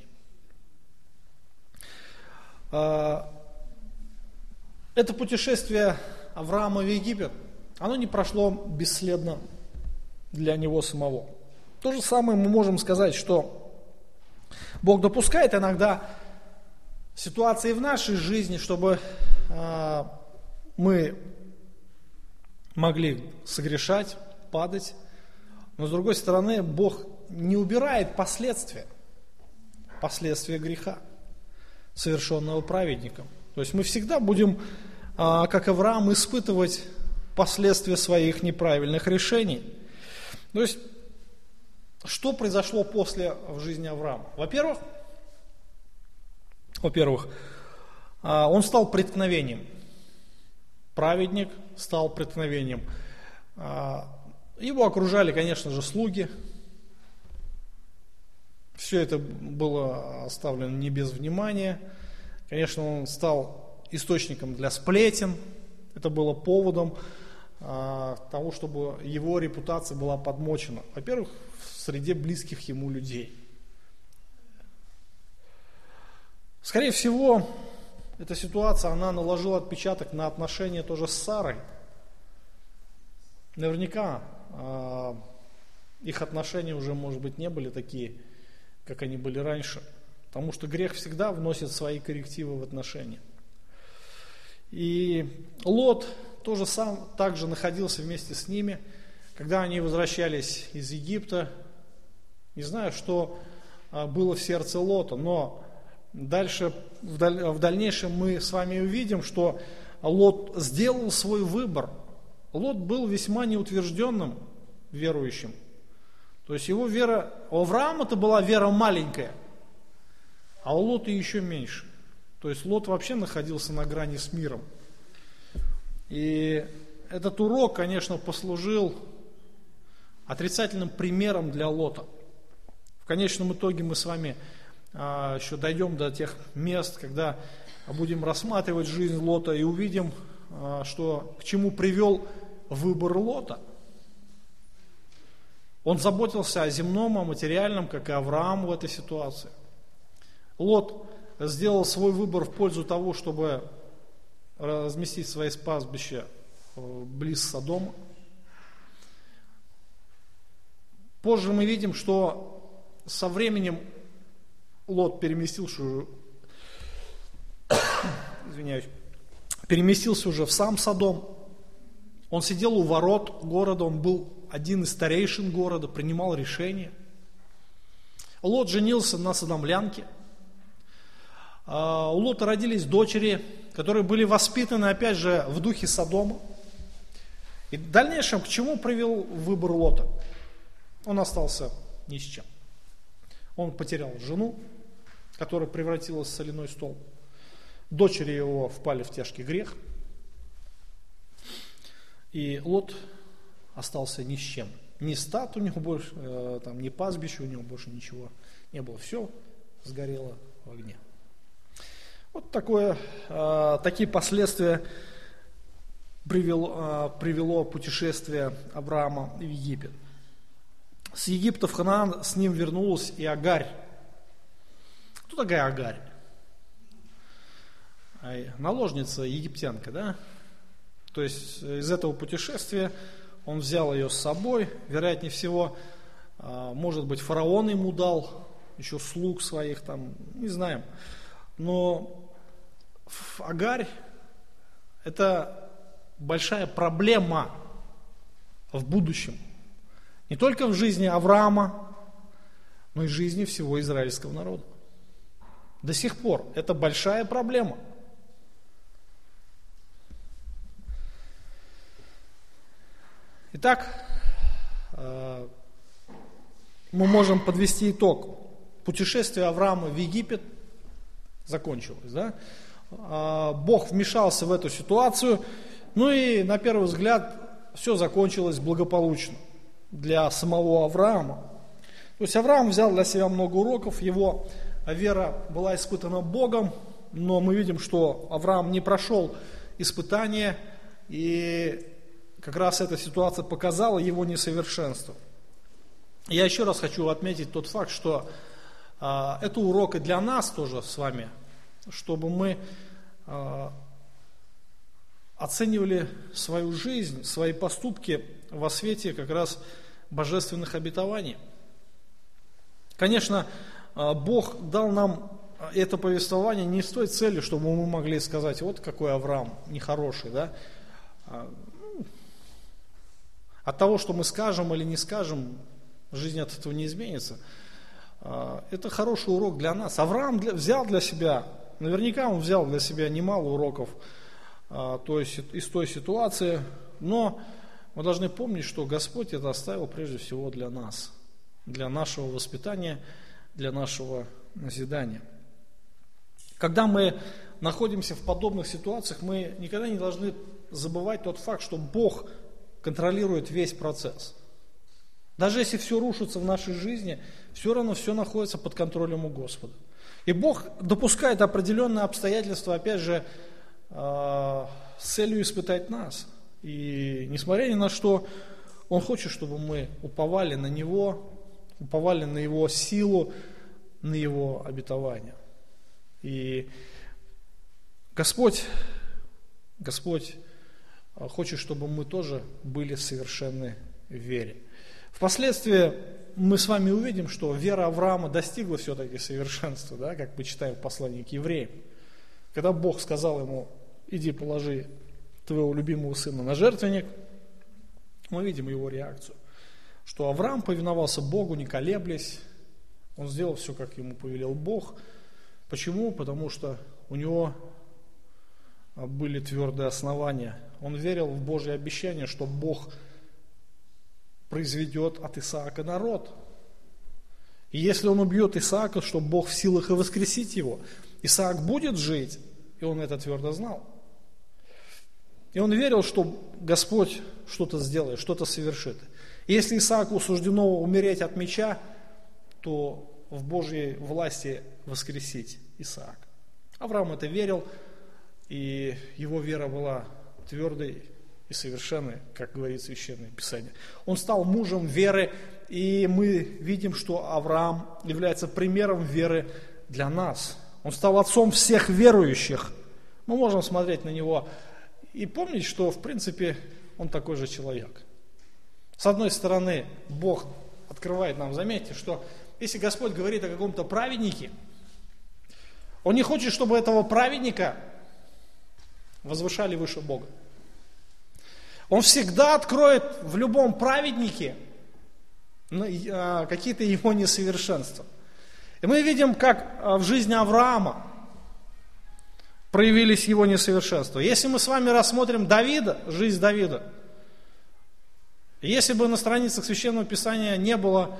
Это путешествие Авраама в Египет, оно не прошло бесследно для него самого. То же самое мы можем сказать, что Бог допускает иногда ситуации в нашей жизни, чтобы мы могли согрешать, падать, но с другой стороны, Бог не убирает последствия, последствия греха, совершенного праведником. То есть мы всегда будем, как Авраам, испытывать последствия своих неправильных решений. То есть, что произошло после в жизни Авраама? Во-первых, во-первых, он стал преткновением. Праведник стал преткновением. Его окружали, конечно же, слуги. Все это было оставлено не без внимания. Конечно, он стал источником для сплетен, это было поводом а, того, чтобы его репутация была подмочена. Во-первых, в среде близких ему людей. Скорее всего, эта ситуация, она наложила отпечаток на отношения тоже с Сарой. Наверняка э, их отношения уже, может быть, не были такие, как они были раньше. Потому что грех всегда вносит свои коррективы в отношения. И Лот тоже сам также находился вместе с ними, когда они возвращались из Египта. Не знаю, что э, было в сердце Лота, но дальше, в, даль, в дальнейшем мы с вами увидим, что Лот сделал свой выбор. Лот был весьма неутвержденным верующим. То есть его вера, у Авраама-то была вера маленькая, а у Лота еще меньше. То есть Лот вообще находился на грани с миром. И этот урок, конечно, послужил отрицательным примером для Лота. В конечном итоге мы с вами а, еще дойдем до тех мест, когда будем рассматривать жизнь Лота и увидим, а, что к чему привел выбор Лота. Он заботился о земном, о материальном, как и Авраам в этой ситуации. Лот сделал свой выбор в пользу того, чтобы разместить свои пастбища близ Содома. Позже мы видим, что со временем Лот переместился уже, извиняюсь, переместился уже в сам Содом. Он сидел у ворот города, он был один из старейшин города, принимал решения. Лот женился на содомлянке. У Лота родились дочери, которые были воспитаны, опять же, в духе Содома. И в дальнейшем к чему привел выбор Лота? Он остался ни с чем. Он потерял жену, которая превратилась в соляной столб. Дочери его впали в тяжкий грех. И Лот остался ни с чем. Ни стад у него больше, э, там, ни пастбища у него больше ничего не было. Все сгорело в огне. Вот такое, э, такие последствия привело, э, привело путешествие Авраама в Египет. С Египта в Ханаан с ним вернулась и Агарь. Кто такая Агарь? Наложница египтянка, да? То есть из этого путешествия он взял ее с собой, вероятнее всего, может быть, фараон ему дал, еще слуг своих там, не знаем. Но Агарь – это большая проблема в будущем. Не только в жизни Авраама, но и в жизни всего израильского народа. До сих пор это большая проблема. Итак, мы можем подвести итог. Путешествие Авраама в Египет закончилось. Да? Бог вмешался в эту ситуацию, ну и на первый взгляд все закончилось благополучно для самого Авраама. То есть Авраам взял для себя много уроков, его вера была испытана Богом, но мы видим, что Авраам не прошел испытания, и как раз эта ситуация показала его несовершенство. Я еще раз хочу отметить тот факт, что э, это урок и для нас тоже с вами, чтобы мы э, оценивали свою жизнь, свои поступки во свете как раз божественных обетований. Конечно, э, Бог дал нам это повествование не с той целью, чтобы мы могли сказать, вот какой Авраам нехороший, да. От того, что мы скажем или не скажем, жизнь от этого не изменится. Это хороший урок для нас. Авраам для, взял для себя, наверняка он взял для себя немало уроков то есть, из той ситуации, но мы должны помнить, что Господь это оставил прежде всего для нас, для нашего воспитания, для нашего назидания. Когда мы находимся в подобных ситуациях, мы никогда не должны забывать тот факт, что Бог контролирует весь процесс. Даже если все рушится в нашей жизни, все равно все находится под контролем у Господа. И Бог допускает определенные обстоятельства, опять же, с целью испытать нас. И несмотря ни на что, Он хочет, чтобы мы уповали на Него, уповали на Его силу, на Его обетование. И Господь, Господь хочет, чтобы мы тоже были совершенны в вере. Впоследствии мы с вами увидим, что вера Авраама достигла все-таки совершенства, да, как мы читаем в послании к евреям. Когда Бог сказал ему: иди положи твоего любимого сына на жертвенник, мы видим его реакцию, что Авраам повиновался Богу, не колеблясь, он сделал все, как ему повелел Бог. Почему? Потому что у него были твердые основания. Он верил в Божье обещание, что Бог произведет от Исаака народ. И если он убьет Исаака, что Бог в силах и воскресить его, Исаак будет жить, и он это твердо знал. И он верил, что Господь что-то сделает, что-то совершит. И если Исааку суждено умереть от меча, то в Божьей власти воскресить Исаак. Авраам это верил, и его вера была твердой и совершенной, как говорит Священное Писание. Он стал мужем веры, и мы видим, что Авраам является примером веры для нас. Он стал отцом всех верующих. Мы можем смотреть на него и помнить, что в принципе он такой же человек. С одной стороны, Бог открывает нам, заметьте, что если Господь говорит о каком-то праведнике, Он не хочет, чтобы этого праведника возвышали выше Бога. Он всегда откроет в любом праведнике какие-то его несовершенства. И мы видим, как в жизни Авраама проявились его несовершенства. Если мы с вами рассмотрим Давида, жизнь Давида, если бы на страницах Священного Писания не было,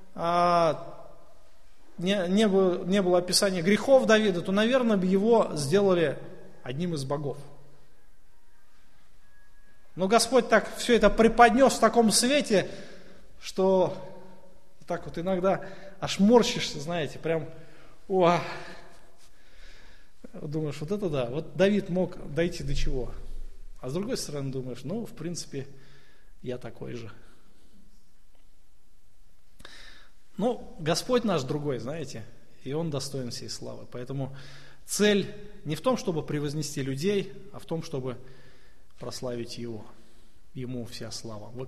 не, не было, не было описания грехов Давида, то, наверное, бы его сделали одним из богов. Но Господь так все это преподнес в таком свете, что так вот иногда аж морщишься, знаете, прям, о, думаешь, вот это да, вот Давид мог дойти до чего. А с другой стороны думаешь, ну, в принципе, я такой же. Ну, Господь наш другой, знаете, и Он достоин всей славы. Поэтому цель не в том, чтобы превознести людей, а в том, чтобы прославить Его. Ему вся слава.